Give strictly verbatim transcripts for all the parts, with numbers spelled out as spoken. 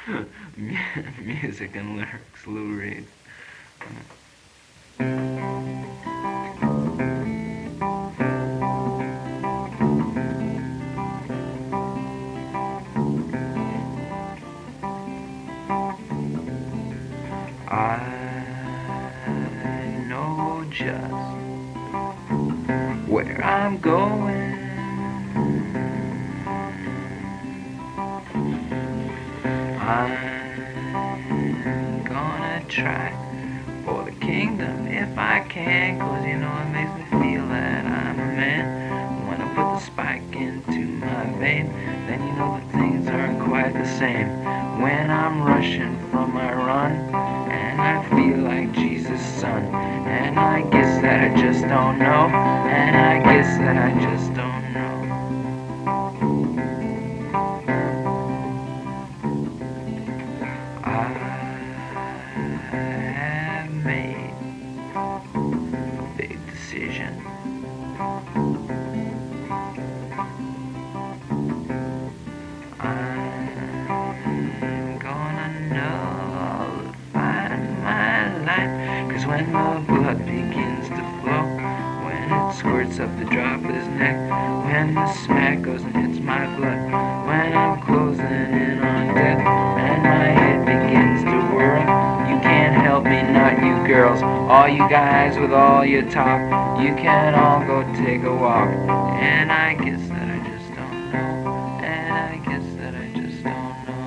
Music and lyrics, Lou Reed. I know just where I'm going. I'm gonna try for the kingdom if I can, cause you know it makes me feel that I'm a man. When I put the spike into my vein, then you know that things aren't quite the same. When I'm rushing from my run, and I feel like Jesus' son, and I guess that I just don't know, and I guess that I just don't know. I have made a big decision. I'm gonna nullify my life, cause when the blood begins to flow, when it squirts up the drop of his neck, when the smack goes and hits my blood, when I'm closing in on death, and my head begins to whirl, you can't help me, not you girls, all you guys with all your talk, you can all go take a walk, and I guess that I just don't know, and I guess that I just don't know.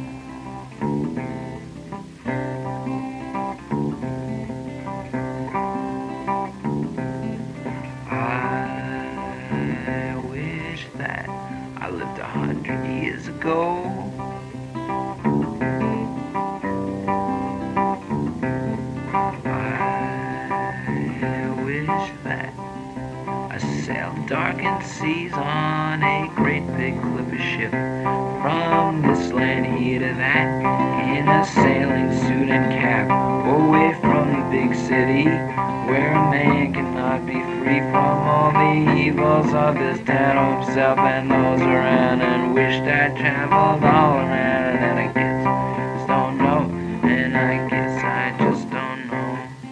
I wish that I lived a hundred years ago. I wish that I sailed darkened seas on a great big clipper ship, from this land here to that, in a sailing suit and cap, away from the big city, where a man cannot be free from all the evils of this town, himself and those around, and wished I traveled all around, and I guess I just don't know, and I guess I just don't know.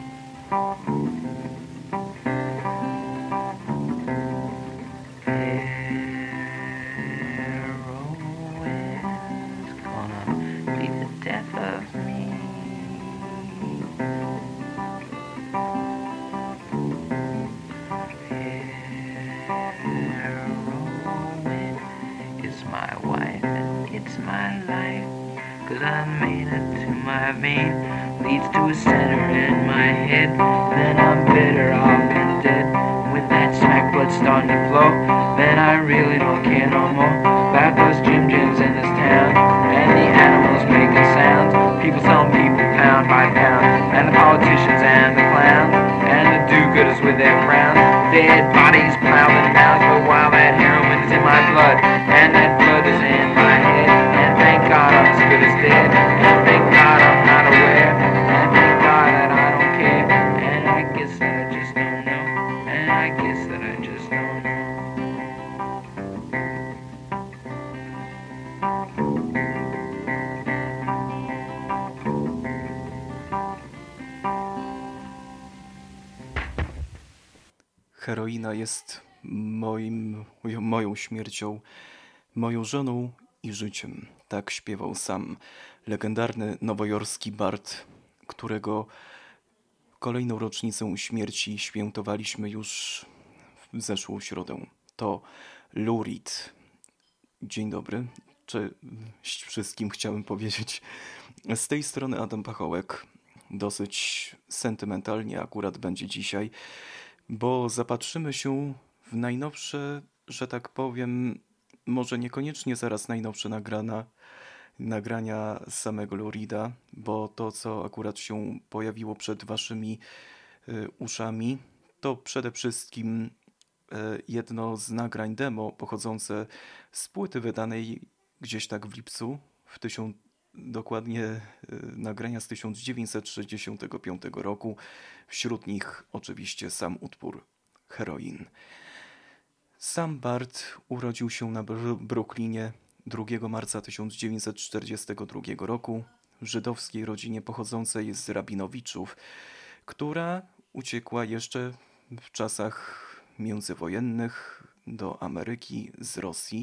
Heroine's gonna be the death of me. Heroine is my wife and it's my life, cause I made it to my vein, leads to a center in my head, then I'm better off than dead. With that smack blood starting to flow, then I really don't care no more about those Jim Jims in this town, and the animals making sounds, people selling people pound by pound, and the politicians and the clowns, and the do-gooders with their frowns, dead bodies piled in mounds, but while that heroin is in my blood, and that blood is in my head, and thank God I'm as good as dead, and thank God I'm not aware, and thank God that I don't care, and I guess that I just don't know, and I guess that I just don't know. Heroina jest moim, moją śmiercią, moją żoną i życiem. Tak śpiewał sam legendarny nowojorski bard, którego kolejną rocznicę śmierci świętowaliśmy już w zeszłą środę. To Lou Reed. Dzień dobry. Cześć wszystkim chciałem powiedzieć. Z tej strony Adam Pachołek. Dosyć sentymentalnie akurat będzie dzisiaj, bo zapatrzymy się w najnowsze, że tak powiem, może niekoniecznie zaraz najnowsze nagrana, nagrania samego Lou Reeda, bo to, co akurat się pojawiło przed waszymi y, uszami, to przede wszystkim y, jedno z nagrań demo pochodzące z płyty wydanej gdzieś tak w lipcu, w tysiąc, dokładnie y, nagrania z tysiąc dziewięćset sześćdziesiątego piątego roku, wśród nich oczywiście sam utwór Heroin. Sam Bart urodził się na Br- Brooklynie drugiego marca tysiąc dziewięćset czterdziestego drugiego roku w żydowskiej rodzinie pochodzącej z Rabinowiczów, która uciekła jeszcze w czasach międzywojennych do Ameryki z Rosji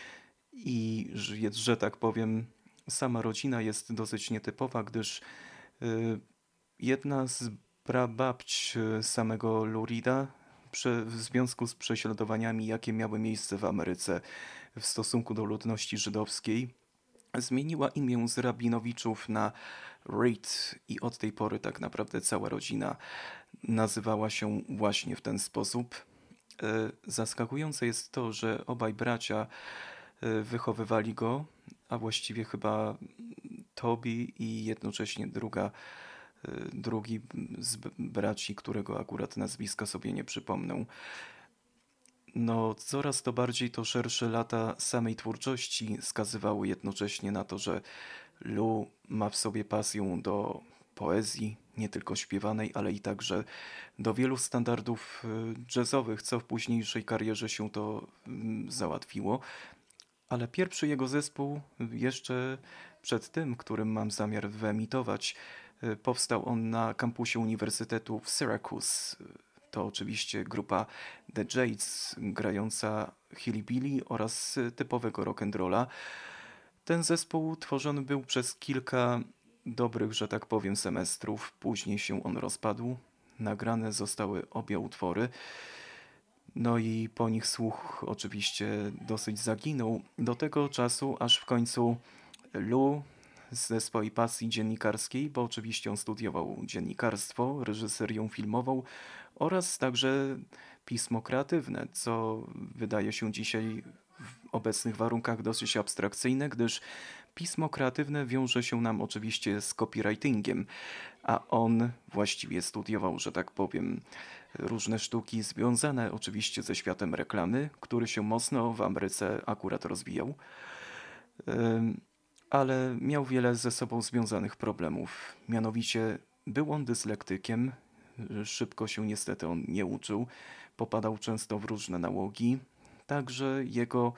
i że, że tak powiem, sama rodzina jest dosyć nietypowa, gdyż y, jedna z prababć y, samego Lurida prze, w związku z prześladowaniami, jakie miały miejsce w Ameryce w stosunku do ludności żydowskiej, zmieniła imię z Rabinowiczów na Reed i od tej pory tak naprawdę cała rodzina nazywała się właśnie w ten sposób. E, Zaskakujące jest to, że obaj bracia e, wychowywali go, a właściwie chyba Toby i jednocześnie druga, e, drugi z b- braci, którego akurat nazwiska sobie nie przypomnę. No, coraz to bardziej to szersze lata samej twórczości wskazywały jednocześnie na to, że Lou ma w sobie pasję do poezji, nie tylko śpiewanej, ale i także do wielu standardów y, jazzowych, co w późniejszej karierze się to mm, załatwiło. Ale pierwszy jego zespół, jeszcze przed tym, którym mam zamiar wyemitować, y, powstał on na kampusie Uniwersytetu w Syracuse. To oczywiście grupa The Jades, grająca Hillbilly oraz y, typowego rock'n'rolla. Ten zespół tworzony był przez kilka dobrych, że tak powiem, semestrów. Później się on rozpadł. Nagrane zostały obie utwory. No i po nich słuch oczywiście dosyć zaginął. Do tego czasu, aż w końcu Lou ze swojej pasji dziennikarskiej, bo oczywiście on studiował dziennikarstwo, reżyserię filmową oraz także pismo kreatywne, co wydaje się dzisiaj w obecnych warunkach dosyć abstrakcyjne, gdyż pismo kreatywne wiąże się nam oczywiście z copywritingiem, a on właściwie studiował, że tak powiem, różne sztuki związane oczywiście ze światem reklamy, który się mocno w Ameryce akurat rozwijał. Ym, ale miał wiele ze sobą związanych problemów. Mianowicie był on dyslektykiem, szybko się niestety on nie uczył, popadał często w różne nałogi, także jego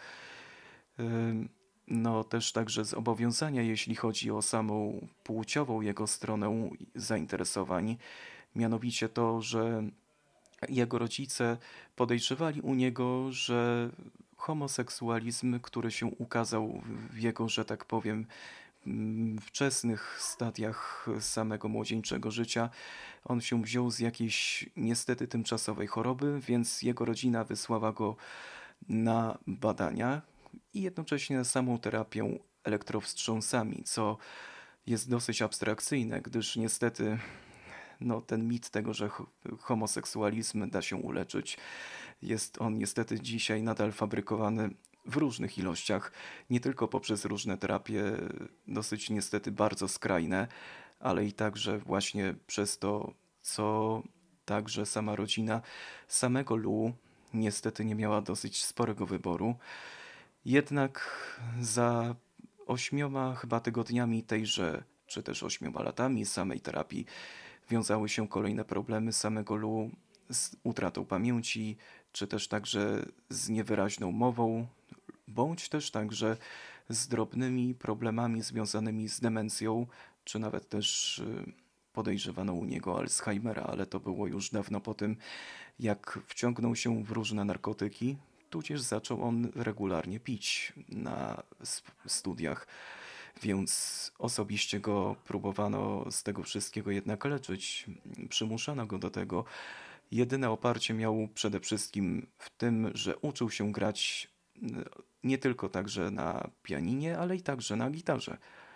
ym, no też także zobowiązania, jeśli chodzi o samą płciową jego stronę zainteresowań, mianowicie to, że jego rodzice podejrzewali u niego, że homoseksualizm, który się ukazał w jego, że tak powiem, mm, wczesnych stadiach samego młodzieńczego życia, on się wziął z jakiejś niestety tymczasowej choroby, więc jego rodzina wysłała go na badania i jednocześnie na samą terapię elektrowstrząsami, co jest dosyć abstrakcyjne, gdyż niestety no, ten mit tego, że ch- homoseksualizm da się uleczyć, jest on niestety dzisiaj nadal fabrykowany w różnych ilościach, nie tylko poprzez różne terapie, dosyć niestety bardzo skrajne, ale i także właśnie przez to, co także sama rodzina samego Lou niestety nie miała dosyć sporego wyboru. Jednak za ośmioma chyba tygodniami tejże, czy też ośmioma latami samej terapii wiązały się kolejne problemy samego Lou z utratą pamięci, czy też także z niewyraźną mową, bądź też także z drobnymi problemami związanymi z demencją, czy nawet też y, podejrzewano u niego Alzheimera, ale to było już dawno po tym, jak wciągnął się w różne narkotyki, tudzież zaczął on regularnie pić na sp- studiach, więc osobiście go próbowano z tego wszystkiego jednak leczyć, przymuszano go do tego. Jedyne oparcie miał przede wszystkim w tym, że uczył się grać y, nie tylko także na pianinie, ale i także na gitarze.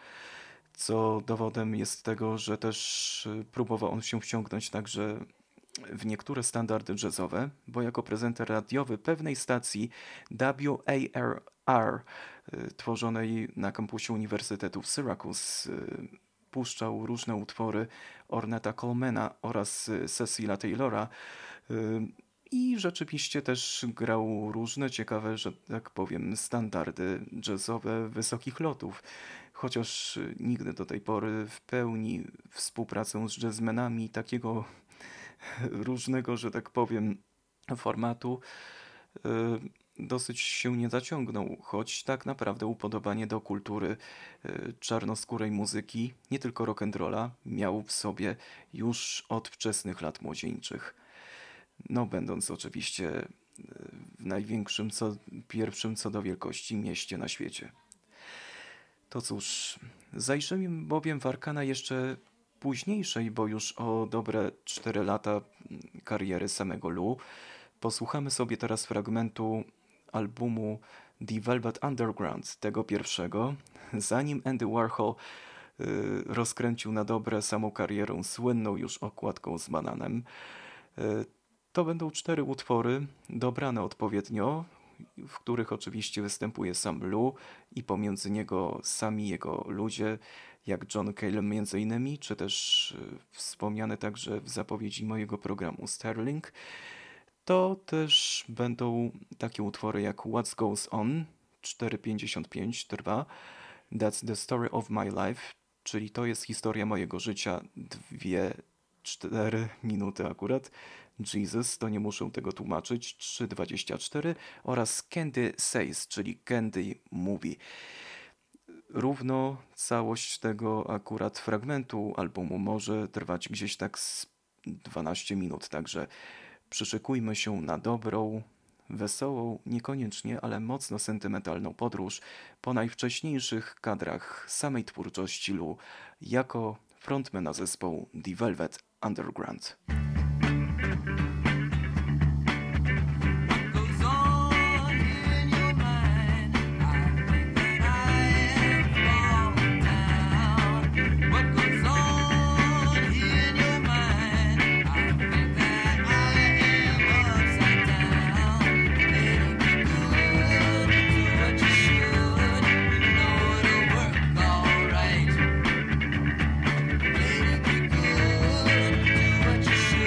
Co dowodem jest tego, że też y, próbował on się wciągnąć także w niektóre standardy jazzowe, bo jako prezenter radiowy pewnej stacji W A R R y, tworzonej na kampusie Uniwersytetu w Syracuse y, puszczał różne utwory Ornetta Colemana oraz y, Cecila Taylora y, i rzeczywiście też grał różne ciekawe, że tak powiem, standardy jazzowe wysokich lotów. Chociaż y, nigdy do tej pory w pełni współpracę z jazzmenami takiego różnego, że tak powiem, formatu. y, dosyć się nie zaciągnął, choć tak naprawdę upodobanie do kultury y, czarnoskórej muzyki, nie tylko rock'n'rolla, miał w sobie już od wczesnych lat młodzieńczych. No, będąc oczywiście y, w największym, co, pierwszym co do wielkości mieście na świecie. To cóż, zajrzymy bowiem w arkana jeszcze późniejszej, bo już o dobre cztery lata kariery samego Lou. Posłuchamy sobie teraz fragmentu albumu The Velvet Underground, tego pierwszego, zanim Andy Warhol y, rozkręcił na dobre samą karierę słynną już okładką z bananem. Y, to będą cztery utwory dobrane odpowiednio, w których oczywiście występuje sam Lou i pomiędzy niego sami jego ludzie, jak John Cale między innymi, czy też y, wspomniane także w zapowiedzi mojego programu Sterling. To też będą takie utwory jak What Goes On, cztery pięćdziesiąt pięć trwa, That's the Story of My Life, czyli to jest historia mojego życia, dwie, cztery minuty akurat, Jesus, to nie muszę tego tłumaczyć, trzy dwadzieścia cztery oraz Candy Says, czyli Candy Mówi. Równo całość tego akurat fragmentu albumu może trwać gdzieś tak z dwanaście minut, także przyszykujmy się na dobrą, wesołą, niekoniecznie, ale mocno sentymentalną podróż po najwcześniejszych kadrach samej twórczości Lou jako frontmana zespołu The Velvet Underground. Should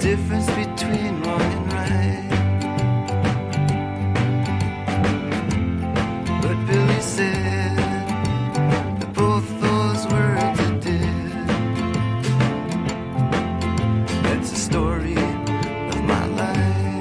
difference between wrong and right. But Billy said that both those words are dead. That's the story of my life.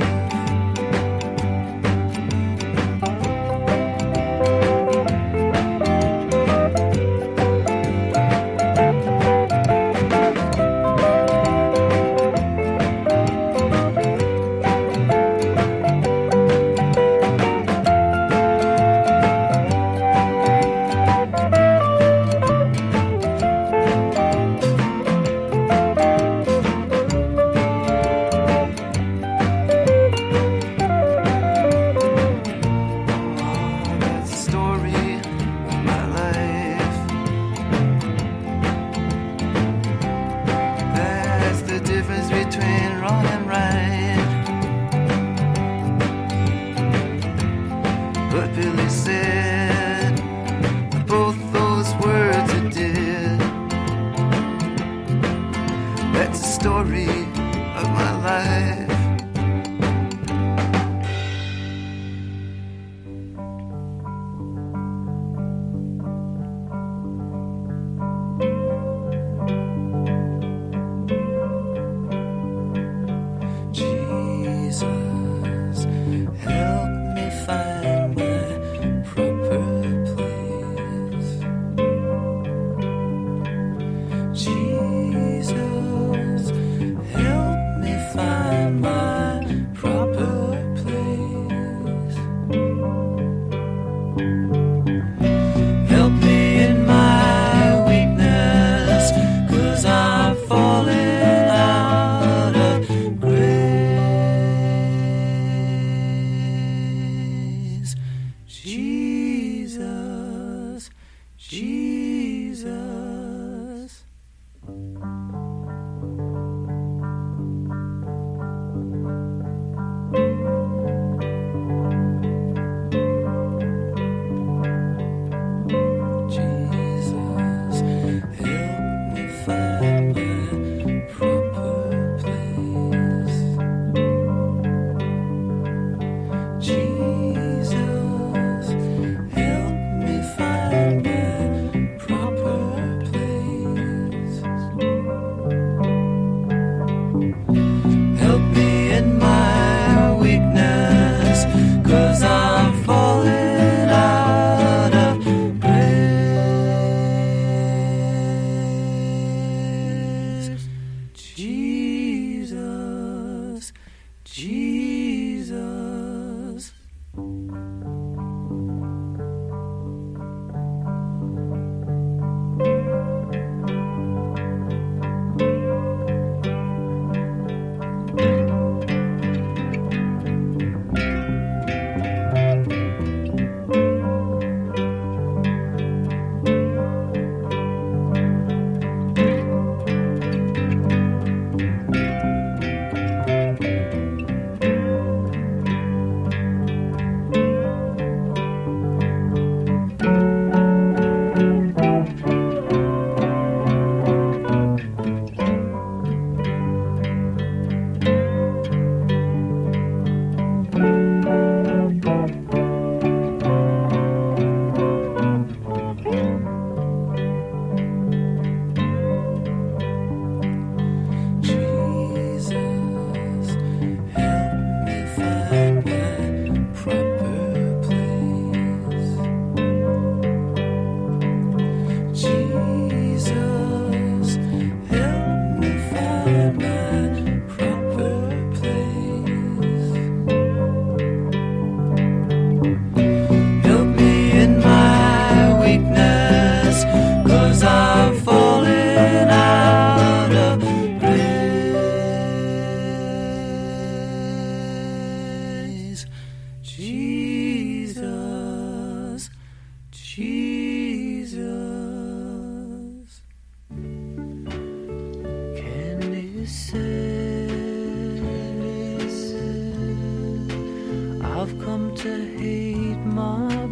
I've come to hate my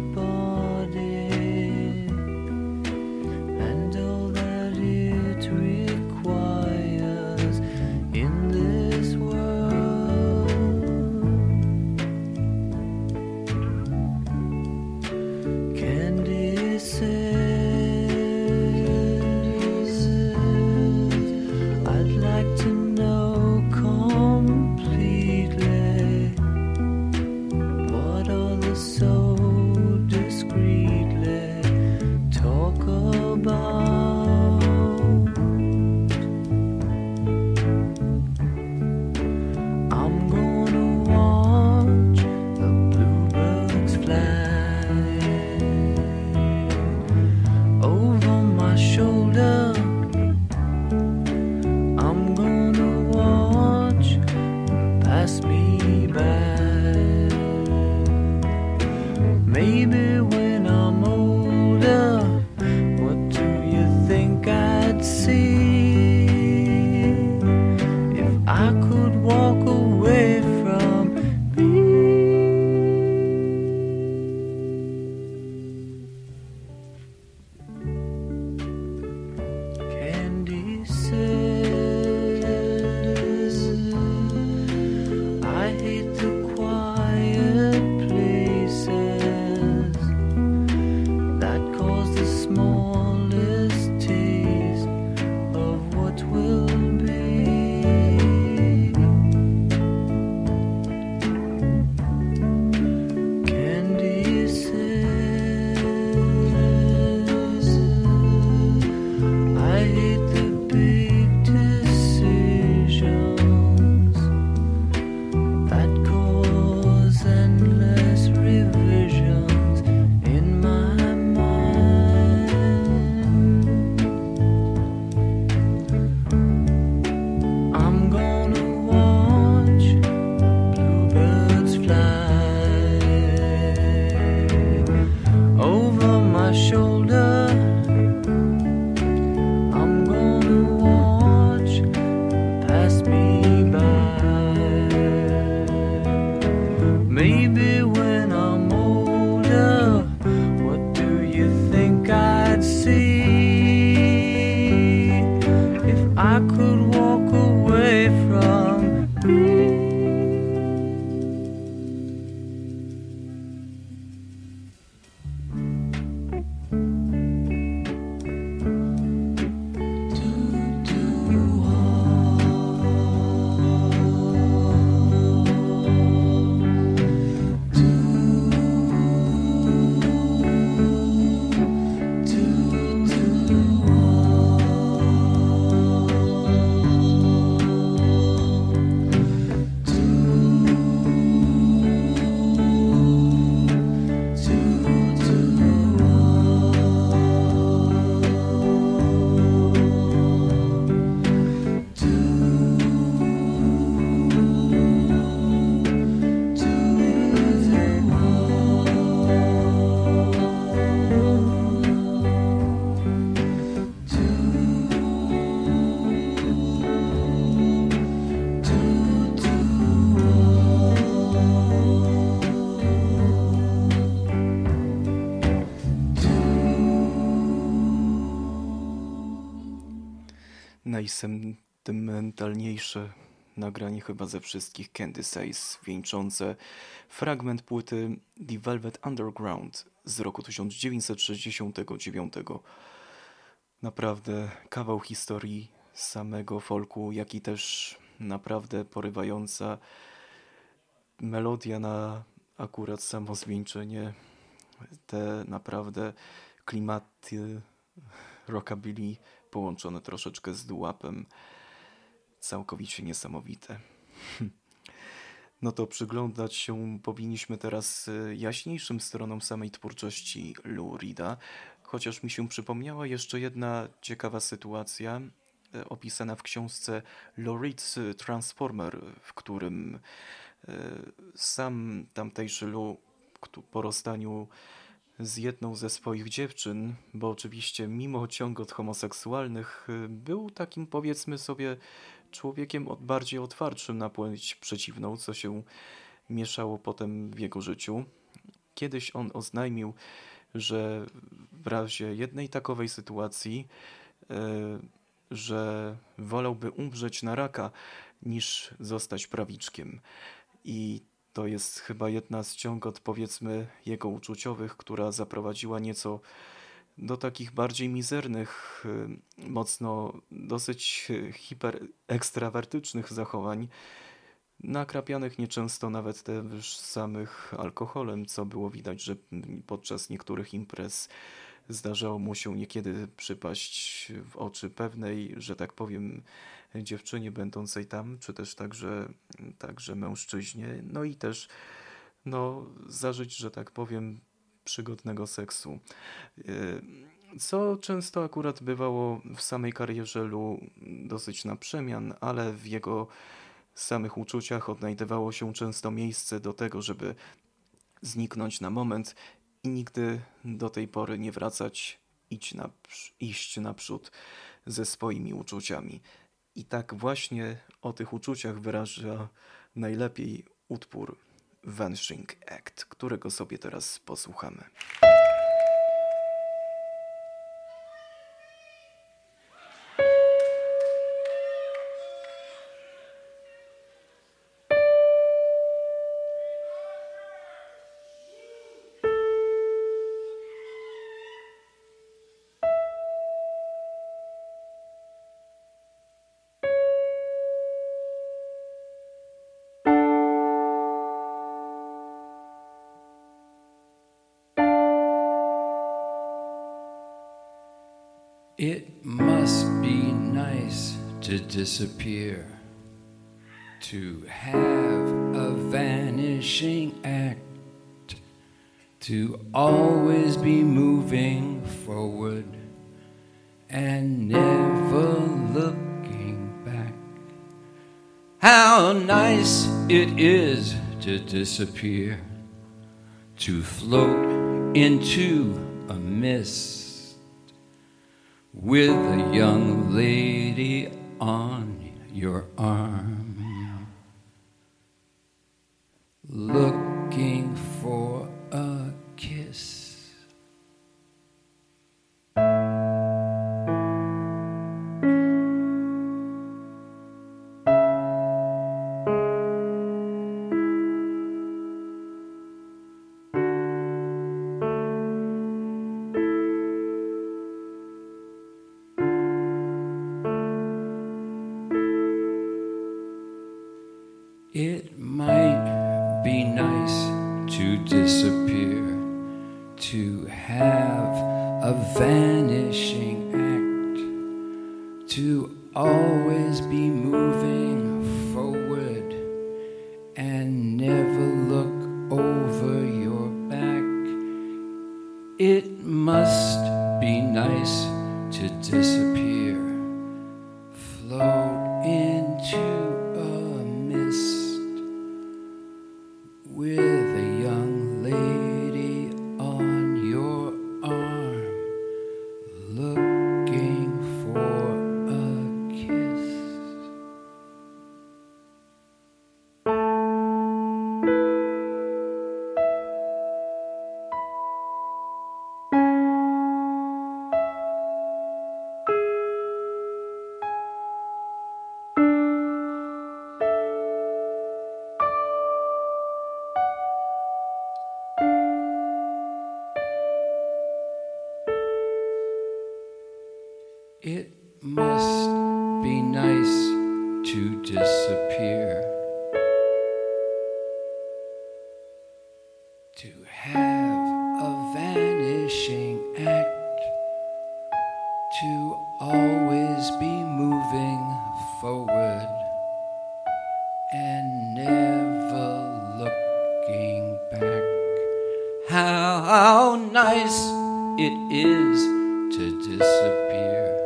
body and all that it requires in this world. najsentymentalniejsze nagranie chyba ze wszystkich Candy Says, wieńczące fragment płyty The Velvet Underground z roku tysiąc dziewięćset sześćdziesiątego dziewiątego. Naprawdę kawał historii samego folku, jak i też naprawdę porywająca melodia na akurat samo zwieńczenie. Te naprawdę klimaty rockabilly połączone troszeczkę z doo-wopem. Całkowicie niesamowite. No to przyglądać się powinniśmy teraz jaśniejszym stronom samej twórczości Lou Reeda, chociaż mi się przypomniała jeszcze jedna ciekawa sytuacja opisana w książce Lou Reed's Transformer, w którym sam tamtejszy Lou po rozstaniu z jedną ze swoich dziewczyn, bo oczywiście mimo ciągot homoseksualnych był takim, powiedzmy sobie, człowiekiem od bardziej otwartszym na płeć przeciwną, co się mieszało potem w jego życiu. Kiedyś on oznajmił, że w razie jednej takowej sytuacji, yy, że wolałby umrzeć na raka niż zostać prawiczkiem. I to jest chyba jedna z ciągot, powiedzmy, jego uczuciowych, która zaprowadziła nieco do takich bardziej mizernych, mocno dosyć hiperekstrawertycznych zachowań, nakrapianych nieczęsto nawet też samych alkoholem, co było widać, że podczas niektórych imprez zdarzało mu się niekiedy przypaść w oczy pewnej, że tak powiem, dziewczynie będącej tam, czy też także, także mężczyźnie, no i też no, zażyć, że tak powiem, przygodnego seksu. Co często akurat bywało w samej karierze Lou dosyć na przemian, ale w jego samych uczuciach odnajdywało się często miejsce do tego, żeby zniknąć na moment i nigdy do tej pory nie wracać, iść, napr- iść naprzód ze swoimi uczuciami. I tak właśnie o tych uczuciach wyraża najlepiej utwór Vanishing Act, którego sobie teraz posłuchamy. It must be nice to disappear, to have a vanishing act, to always be moving forward and never looking back. How nice it is to disappear, to float into a mist with a young lady on your arm, looking for a kiss. It might be nice to disappear, to have a vanishing act, to always be moving forward and never look over your back. It must be nice to disappear, float into a mist with a young lady on your arm, looking for a kiss. must be nice to disappear. To have a vanishing act, to always be moving forward and never looking back. How, how nice it is to disappear,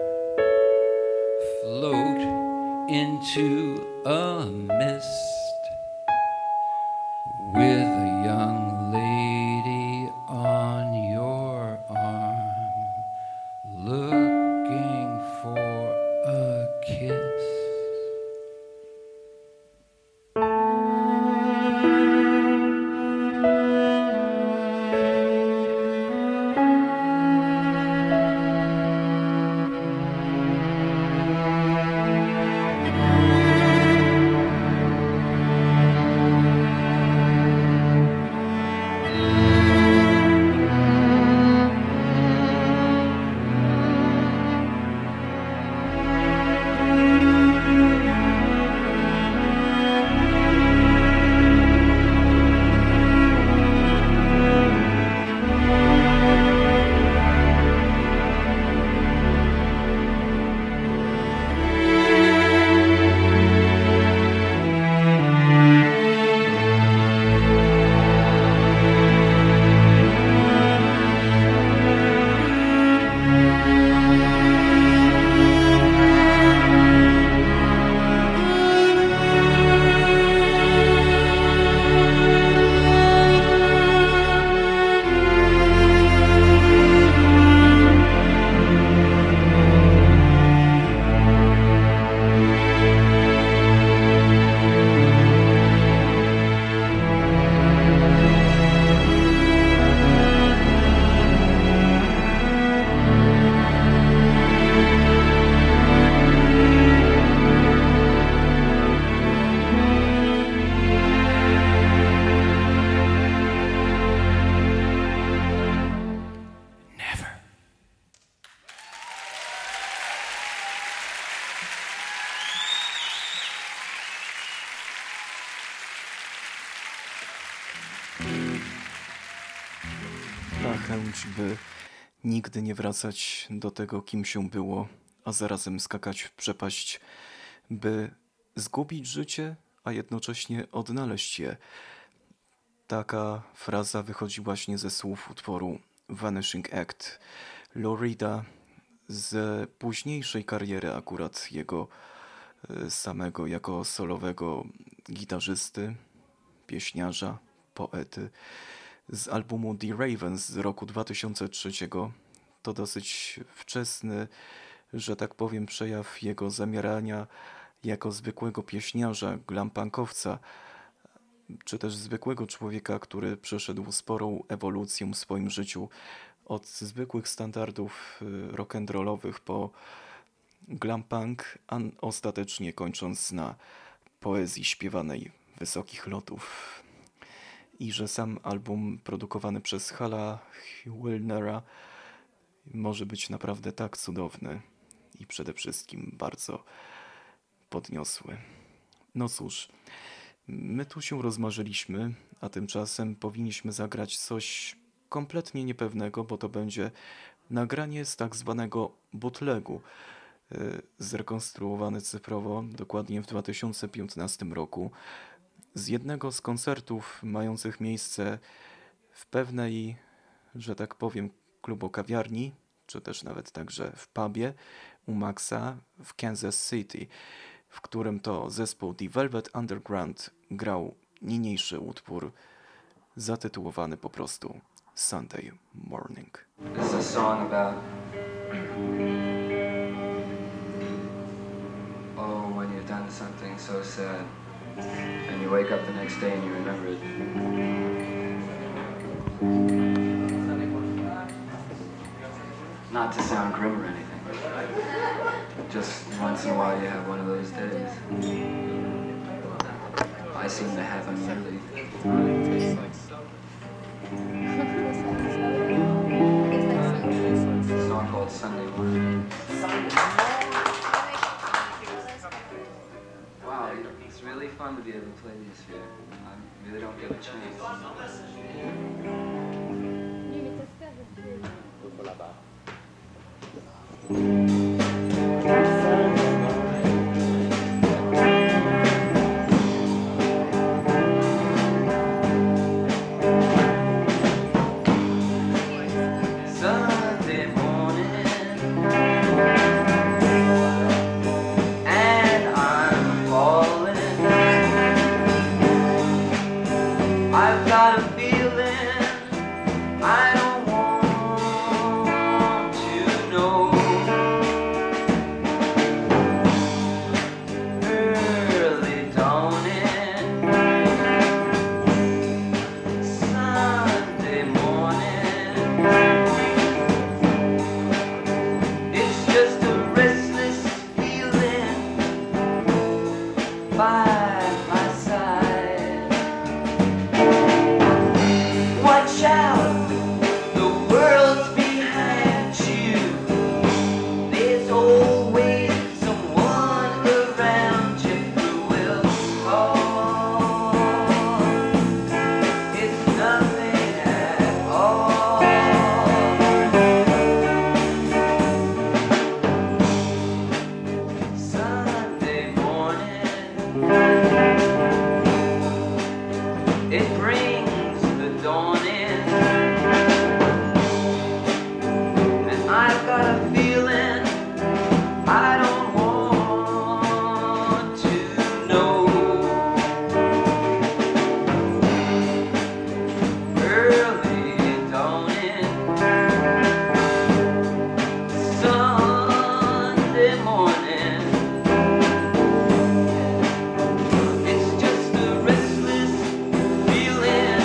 float into a mist with a young lady on your arm, looking for a kiss. Ta chęć, by nigdy nie wracać do tego, kim się było, a zarazem skakać w przepaść, by zgubić życie, a jednocześnie odnaleźć je. Taka fraza wychodzi właśnie ze słów utworu Vanishing Act Lou Reeda, z późniejszej kariery akurat jego e, samego jako solowego gitarzysty, pieśniarza, poety, z albumu The Ravens z roku dwa tysiące trzeciego. To dosyć wczesny, że tak powiem, przejaw jego zamierania jako zwykłego pieśniarza, glampankowca, czy też zwykłego człowieka, który przeszedł sporą ewolucję w swoim życiu od zwykłych standardów y, rock'n'rollowych po glampunk, a ostatecznie kończąc na poezji śpiewanej wysokich lotów. I że sam album produkowany przez Hala Wilnera może być naprawdę tak cudowny i przede wszystkim bardzo podniosły. No cóż, my tu się rozmarzyliśmy, a tymczasem powinniśmy zagrać coś kompletnie niepewnego, bo to będzie nagranie z tak zwanego bootlegu, yy, zrekonstruowany cyfrowo dokładnie w dwa tysiące piętnastym roku, z jednego z koncertów mających miejsce w pewnej, że tak powiem, klubokawiarni, czy też nawet także w pubie u Maxa w Kansas City, w którym to zespół The Velvet Underground grał niniejszy utwór zatytułowany po prostu Sunday Morning. This is a song about oh, when you've done something so sad and you wake up the next day and you remember it. Not to sound grim or anything, just once in a while you have one of those days. I seem to have them yearly. A song called Sunday Morning. It's really fun to be able to play these here. I really don't get a chance. Sunday morning, and I'm falling. I've got a feeling I don't want to know. Early dawning, Sunday morning. It's just a restless feeling by my side. Watch out, the world's behind you. There's always someone around you who will call. It's nothing at all. Sunday morning, it brings the dawn in, and I've got a feeling I don't want to know. Early dawning, Sunday morning. It's just a restless feeling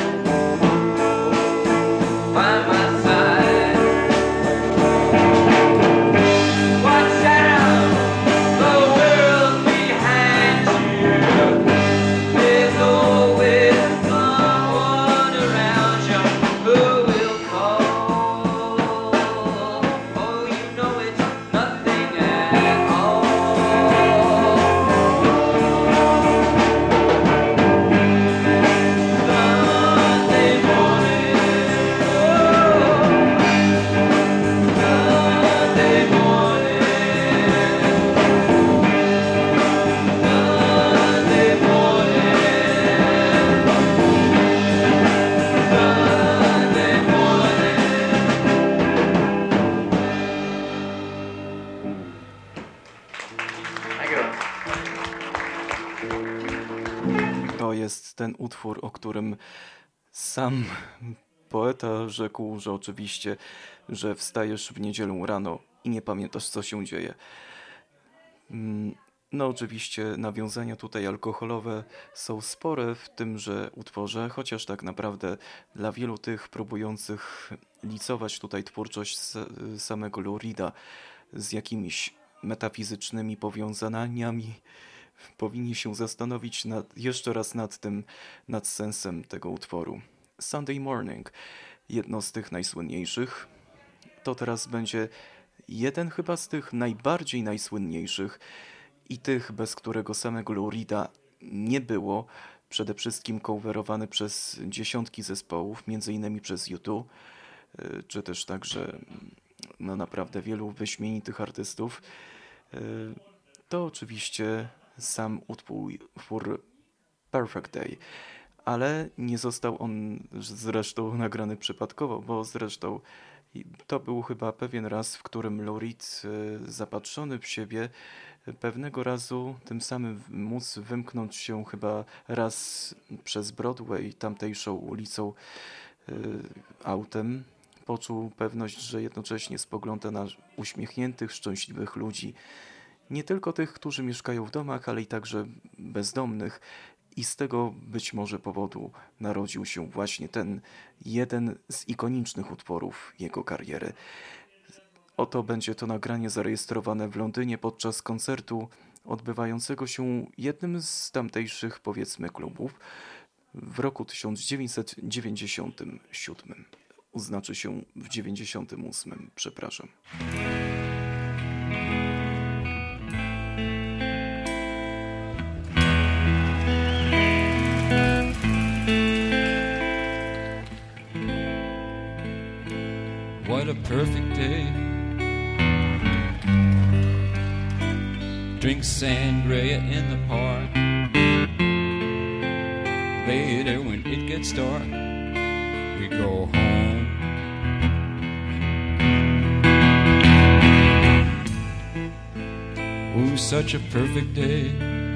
by my side. Watch out, the world behind you. There's always someone around you who will call. Oh, you know it's nothing at all. Sunday morning, oh, Sunday morning, Sunday morning, Sunday morning. Thank you. To jest ten utwór, o którym sam poeta rzekł, że oczywiście, że wstajesz w niedzielę rano i nie pamiętasz, co się dzieje. Mm, No oczywiście nawiązania tutaj alkoholowe są spore w tymże utworze, chociaż tak naprawdę dla wielu tych próbujących licować tutaj twórczość s- samego Lou Reeda z jakimiś metafizycznymi powiązaniami, powinni się zastanowić nad, jeszcze raz nad tym, nad sensem tego utworu. Sunday Morning, jedno z tych najsłynniejszych. To teraz będzie jeden chyba z tych najbardziej najsłynniejszych i tych, bez którego samego Lou Reeda nie było, przede wszystkim coverowany przez dziesiątki zespołów, między innymi przez U dwa, y, czy też także no naprawdę wielu wyśmienitych artystów. Y, To oczywiście sam utwór Perfect Day, ale nie został on zresztą nagrany przypadkowo, bo zresztą i to był chyba pewien raz, w którym Lou Reed, y, zapatrzony w siebie, y, pewnego razu tym samym w- móc wymknąć się chyba raz przez Broadway, tamtejszą ulicą, y, autem, poczuł pewność, że jednocześnie spogląda na uśmiechniętych, szczęśliwych ludzi. Nie tylko tych, którzy mieszkają w domach, ale i także bezdomnych. I z tego być może powodu narodził się właśnie ten jeden z ikonicznych utworów jego kariery. Oto będzie to nagranie zarejestrowane w Londynie podczas koncertu odbywającego się jednym z tamtejszych, powiedzmy, klubów w roku tysiąc dziewięćset dziewięćdziesiątym siódmym. Znaczy się w dziewięćdziesiątym ósmym, przepraszam. what a perfect day. Drink sangria in the park. Later when it gets dark, we go home. Ooh, such a perfect day.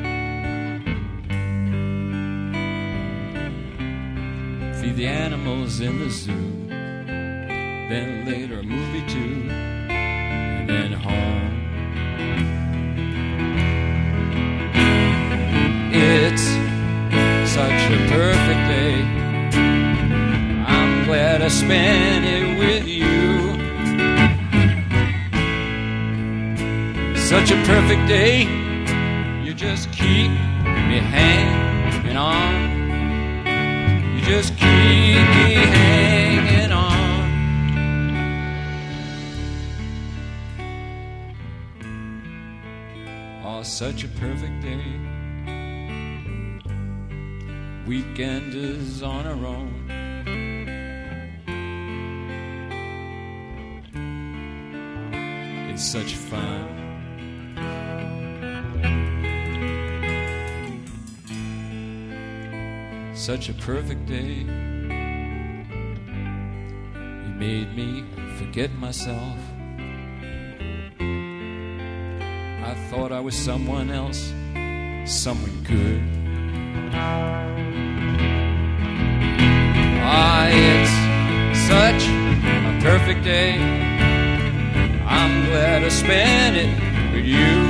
Feed the animals in the zoo. Then later a movie too. And then home. It's such a perfect day. I'm glad I spent it with you. Such a perfect day. You just keep me hanging on. You just keep me hanging on. Oh, such a perfect day. Weekend is on our own. It's such fun. Such a perfect day. You made me forget myself. I thought I was someone else, someone good. Ah, it's such a perfect day. I'm glad I spent it with you.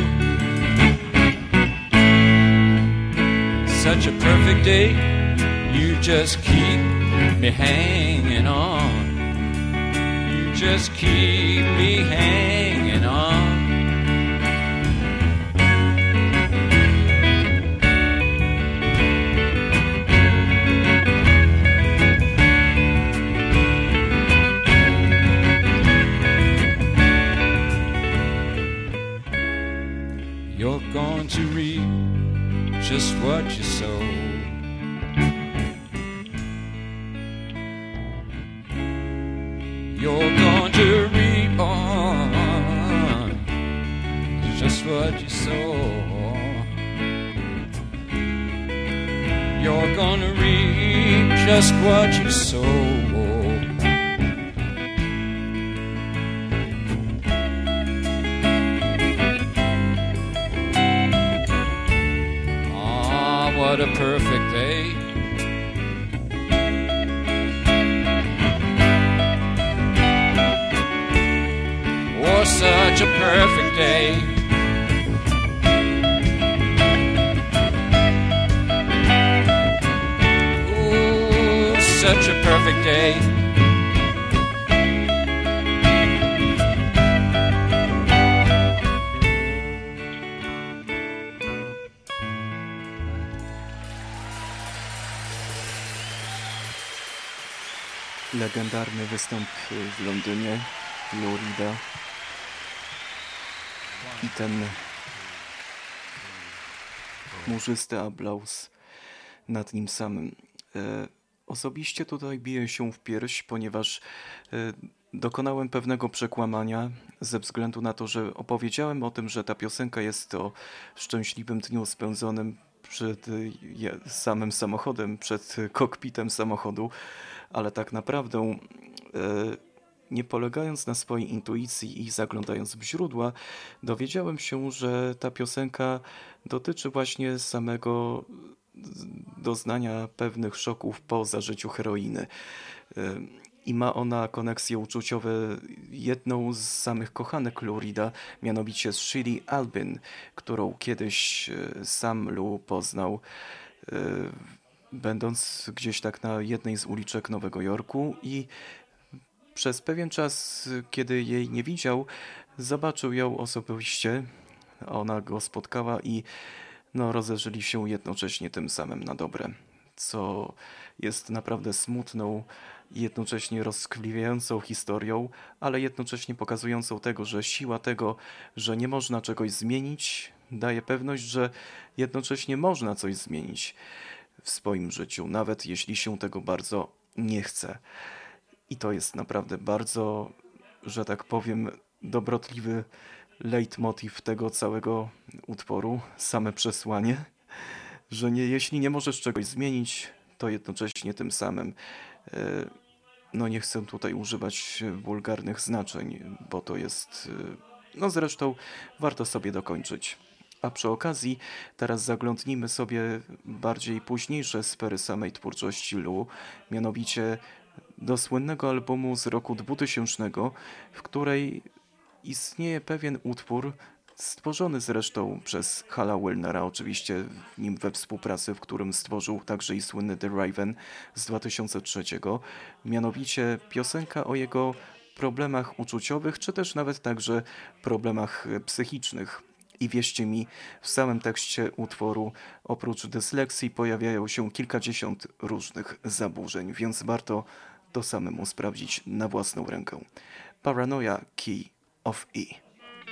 Such a perfect day. You just keep me hanging on. You just keep me hanging on. You're going to reap just what you sow. You're going to reap on just what you sow. You're going to reap just what you sow. Ah, what a perfect day. Such a perfect day. Ooh, such a perfect day. Legendarny występ w Londynie, Florida. I ten chmurzysty aplauz nad nim samym. E, osobiście tutaj biję się w pierś, ponieważ e, dokonałem pewnego przekłamania ze względu na to, że opowiedziałem o tym, że ta piosenka jest o szczęśliwym dniu spędzonym przed e, samym samochodem, przed kokpitem samochodu, ale tak naprawdę e, nie polegając na swojej intuicji i zaglądając w źródła, dowiedziałem się, że ta piosenka dotyczy właśnie samego doznania pewnych szoków po zażyciu heroiny. I ma ona koneksje uczuciowe jedną z samych kochanek Lou Reeda, mianowicie z Shirley Albin, którą kiedyś sam Lou poznał, będąc gdzieś tak na jednej z uliczek Nowego Jorku, i przez pewien czas, kiedy jej nie widział, zobaczył ją osobiście. Ona go spotkała i no, rozeszli się jednocześnie tym samym na dobre, co jest naprawdę smutną i jednocześnie rozkliwiającą historią, ale jednocześnie pokazującą tego, że siła tego, że nie można czegoś zmienić, daje pewność, że jednocześnie można coś zmienić w swoim życiu, nawet jeśli się tego bardzo nie chce. I to jest naprawdę bardzo że tak powiem, dobrotliwy leitmotiv tego całego utworu, same przesłanie, że nie, jeśli nie możesz czegoś zmienić, to jednocześnie tym samym, e, no nie chcę tutaj używać wulgarnych znaczeń, bo to jest, e, no zresztą warto sobie dokończyć. A przy okazji teraz zaglądnijmy sobie bardziej późniejsze sfery samej twórczości Lou, mianowicie do słynnego albumu z roku dwutysięcznego, w której istnieje pewien utwór, stworzony zresztą przez Hala Wilnera, oczywiście w nim we współpracy, w którym stworzył także i słynny The Raven z dwa tysiące trzeciego, mianowicie piosenka o jego problemach uczuciowych, czy też nawet także problemach psychicznych. I wierzcie mi, w samym tekście utworu oprócz dysleksji pojawiają się kilkadziesiąt różnych zaburzeń, więc warto to samemu sprawdzić na własną rękę. Paranoia Key of E.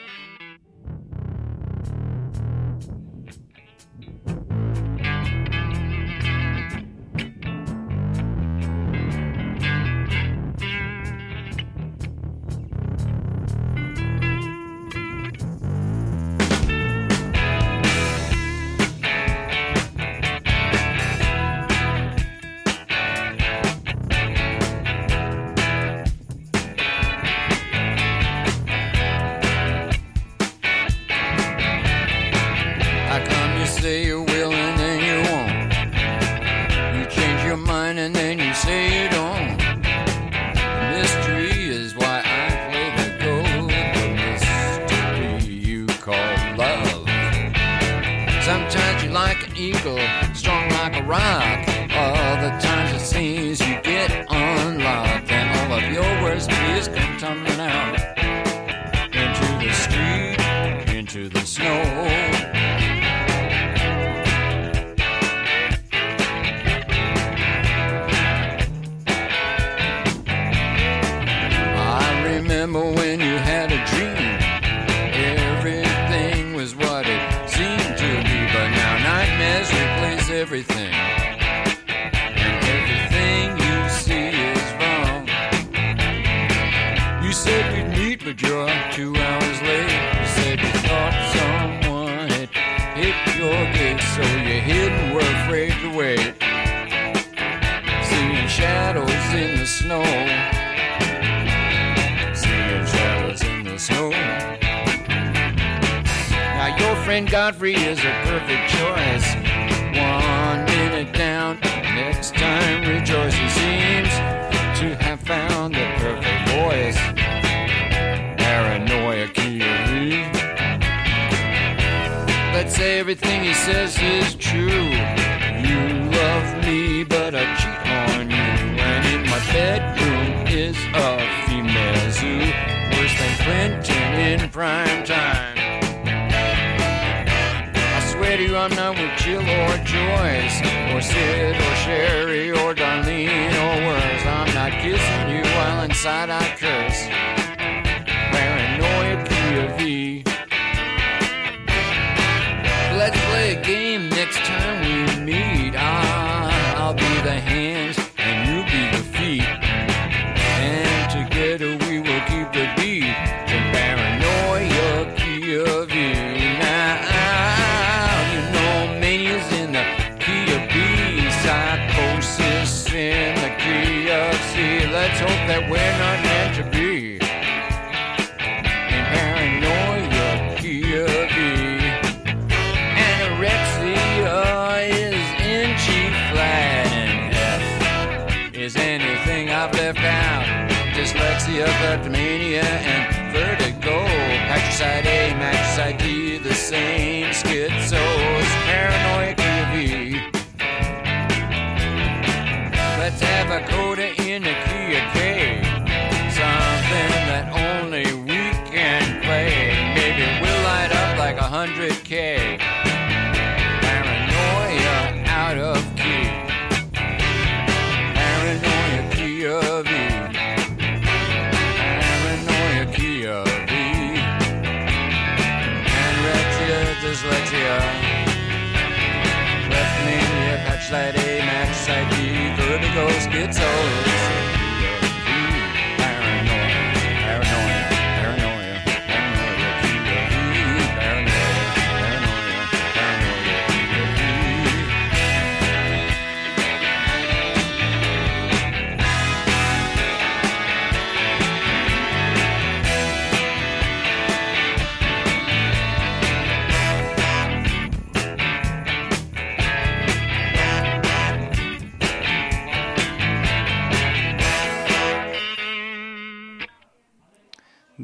Godfrey is a perfect choice. One minute down, next time rejoice. He seems to have found the perfect voice. Paranoia key of E. Let's say everything he says is true. You love me, but I cheat on you. And in my bedroom is a female zoo, worse than Clinton in prime time. I swear to you I'm not with Jill or Joyce, or Sid or Sherry or Darlene or worse. I'm not kissing you while inside I curse. Paranoia key of E. Let's play a game next time we meet. Ah, I'll be the hands and you'll be the feet, and together we will keep the beat to paranoia key of E. Psychosis in the key of C. Let's hope that we're not meant to be in paranoia key of E. Anorexia is in G flat, and F is anything I've left out. Dyslexia, kleptomania, and vertigo. Patricide A, matricide D, the same schizos. Paranoia key of E. Let's have a coda in the key of K, something that only we can play. Maybe we'll light up like a hundred K. Paranoia out of key. Paranoia key of E. Paranoia key of E. Anorexia, dyslexia, kleptomania, patricide A, matricide D, vertigo, schizos. Paranoia, paranoia.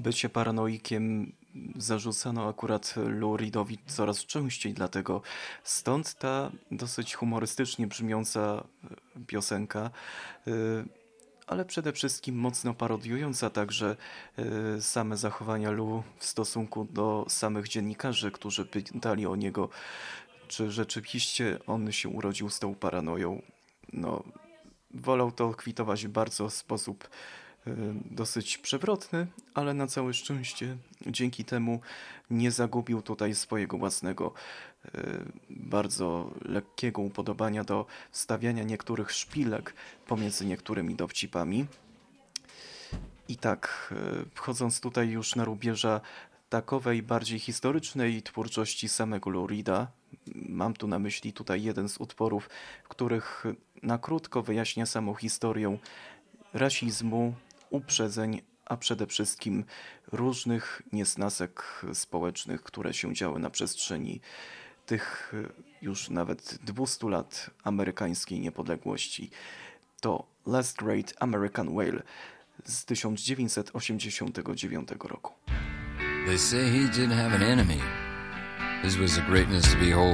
bycie paranoikiem zarzucano akurat Lou Reedowi coraz częściej, dlatego stąd ta dosyć humorystycznie brzmiąca piosenka, ale przede wszystkim mocno parodiująca także same zachowania Lou w stosunku do samych dziennikarzy, którzy pytali o niego, czy rzeczywiście on się urodził z tą paranoją. No, wolał to kwitować bardzo w sposób y, dosyć przewrotny, ale na całe szczęście dzięki temu nie zagubił tutaj swojego własnego y, bardzo lekkiego upodobania do wstawiania niektórych szpilek pomiędzy niektórymi dowcipami. I tak, y, wchodząc tutaj już na rubieża takowej bardziej historycznej twórczości samego Lou Reeda, mam tu na myśli tutaj jeden z utworów, w których na krótko wyjaśnia samą historię rasizmu, uprzedzeń, a przede wszystkim różnych niesnasek społecznych, które się działy na przestrzeni tych już nawet dwustu lat amerykańskiej niepodległości. To Last Great American Whale z tysiąc dziewięćset osiemdziesiątego dziewiątego roku. They say he didn't have an enemy. His was a greatness to behold.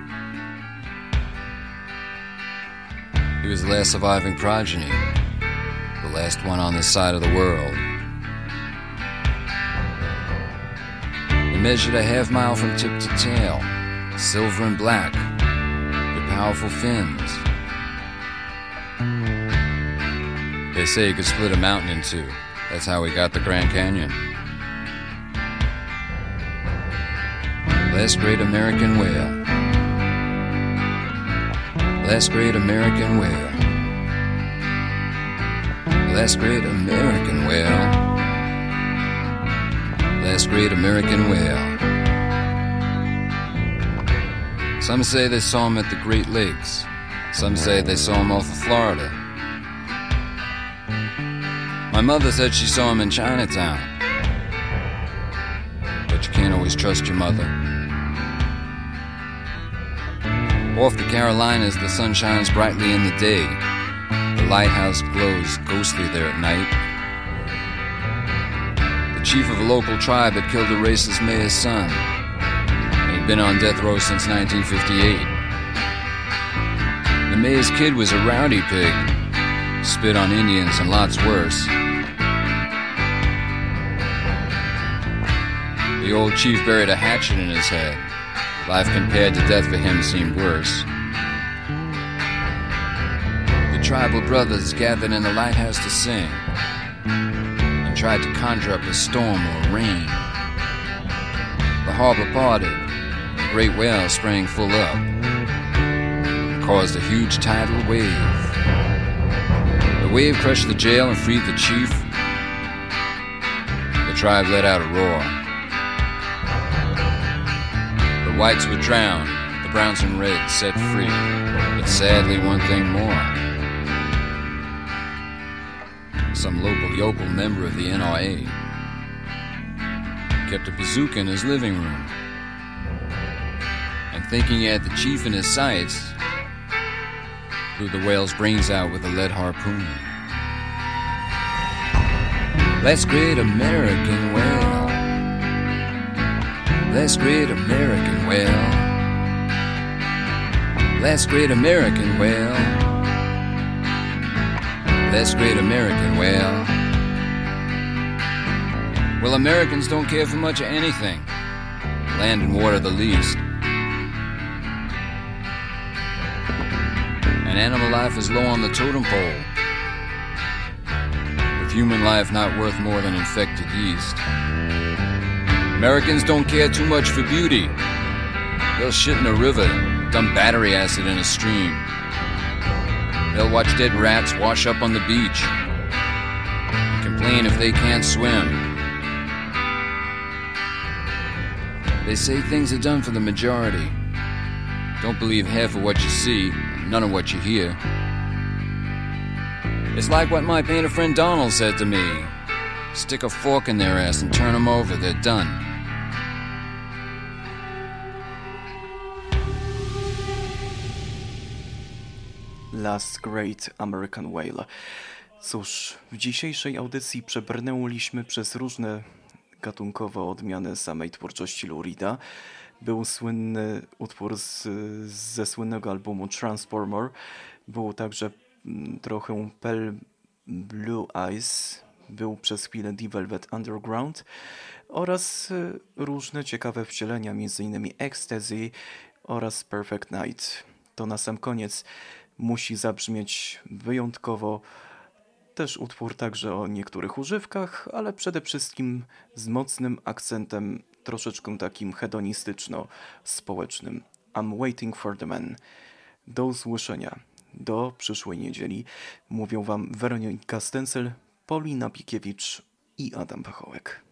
He was the last surviving progeny, the last one on this side of the world. He measured a half mile from tip to tail, silver and black, with powerful fins. They say he could split a mountain in two. That's how he got the Grand Canyon. Last great American whale. Last great American whale. Last great American whale. Last great American whale. Some say they saw him at the Great Lakes. Some say they saw him off of Florida. My mother said she saw him in Chinatown. But you can't always trust your mother. Off the Carolinas, the sun shines brightly in the day. The lighthouse glows ghostly there at night. The chief of a local tribe had killed a racist mayor's son. He'd been on death row since nineteen fifty-eight. The mayor's kid was a rowdy pig, spit on Indians and lots worse. The old chief buried a hatchet in his head. Life compared to death for him seemed worse. The tribal brothers gathered in the lighthouse to sing and tried to conjure up a storm or rain. The harbor parted, the great whale sprang full up and caused a huge tidal wave. The wave crushed the jail and freed the chief. The tribe let out a roar. The whites were drowned, the browns and reds set free, but sadly one thing more. Some local yokel member of the N R A kept a bazooka in his living room, and thinking he had the chief in his sights, blew the whale's brains out with a lead harpoon. Last great American whale. Last great American whale. Last great American whale. Last great American whale. Well, Americans don't care for much of anything. Land and water the least. And animal life is low on the totem pole, with human life not worth more than infected yeast. Americans don't care too much for beauty. They'll shit in a river, dump battery acid in a stream. They'll watch dead rats wash up on the beach and complain if they can't swim. They say things are done for the majority. Don't believe half of what you see, none of what you hear. It's like what my painter friend Donald said to me. Stick a fork in their ass and turn them over, they're done. Last Great American Whale. Cóż, w dzisiejszej audycji przebrnęliśmy przez różne gatunkowo odmianę samej twórczości Lou Reeda. Był słynny utwór z, ze słynnego albumu Transformer. Był także mm, trochę Pale Blue Eyes. Był przez chwilę The Velvet Underground oraz y, różne ciekawe wcielenia, m.in. Ecstasy oraz Perfect Night. To na sam koniec musi zabrzmieć wyjątkowo. Też utwór także o niektórych używkach, ale przede wszystkim z mocnym akcentem troszeczkę takim hedonistyczno-społecznym. I'm waiting for the man. Do usłyszenia. Do przyszłej niedzieli. Mówią wam Weronika Stencel, Paulina Pikiewicz i Adam Pachołek.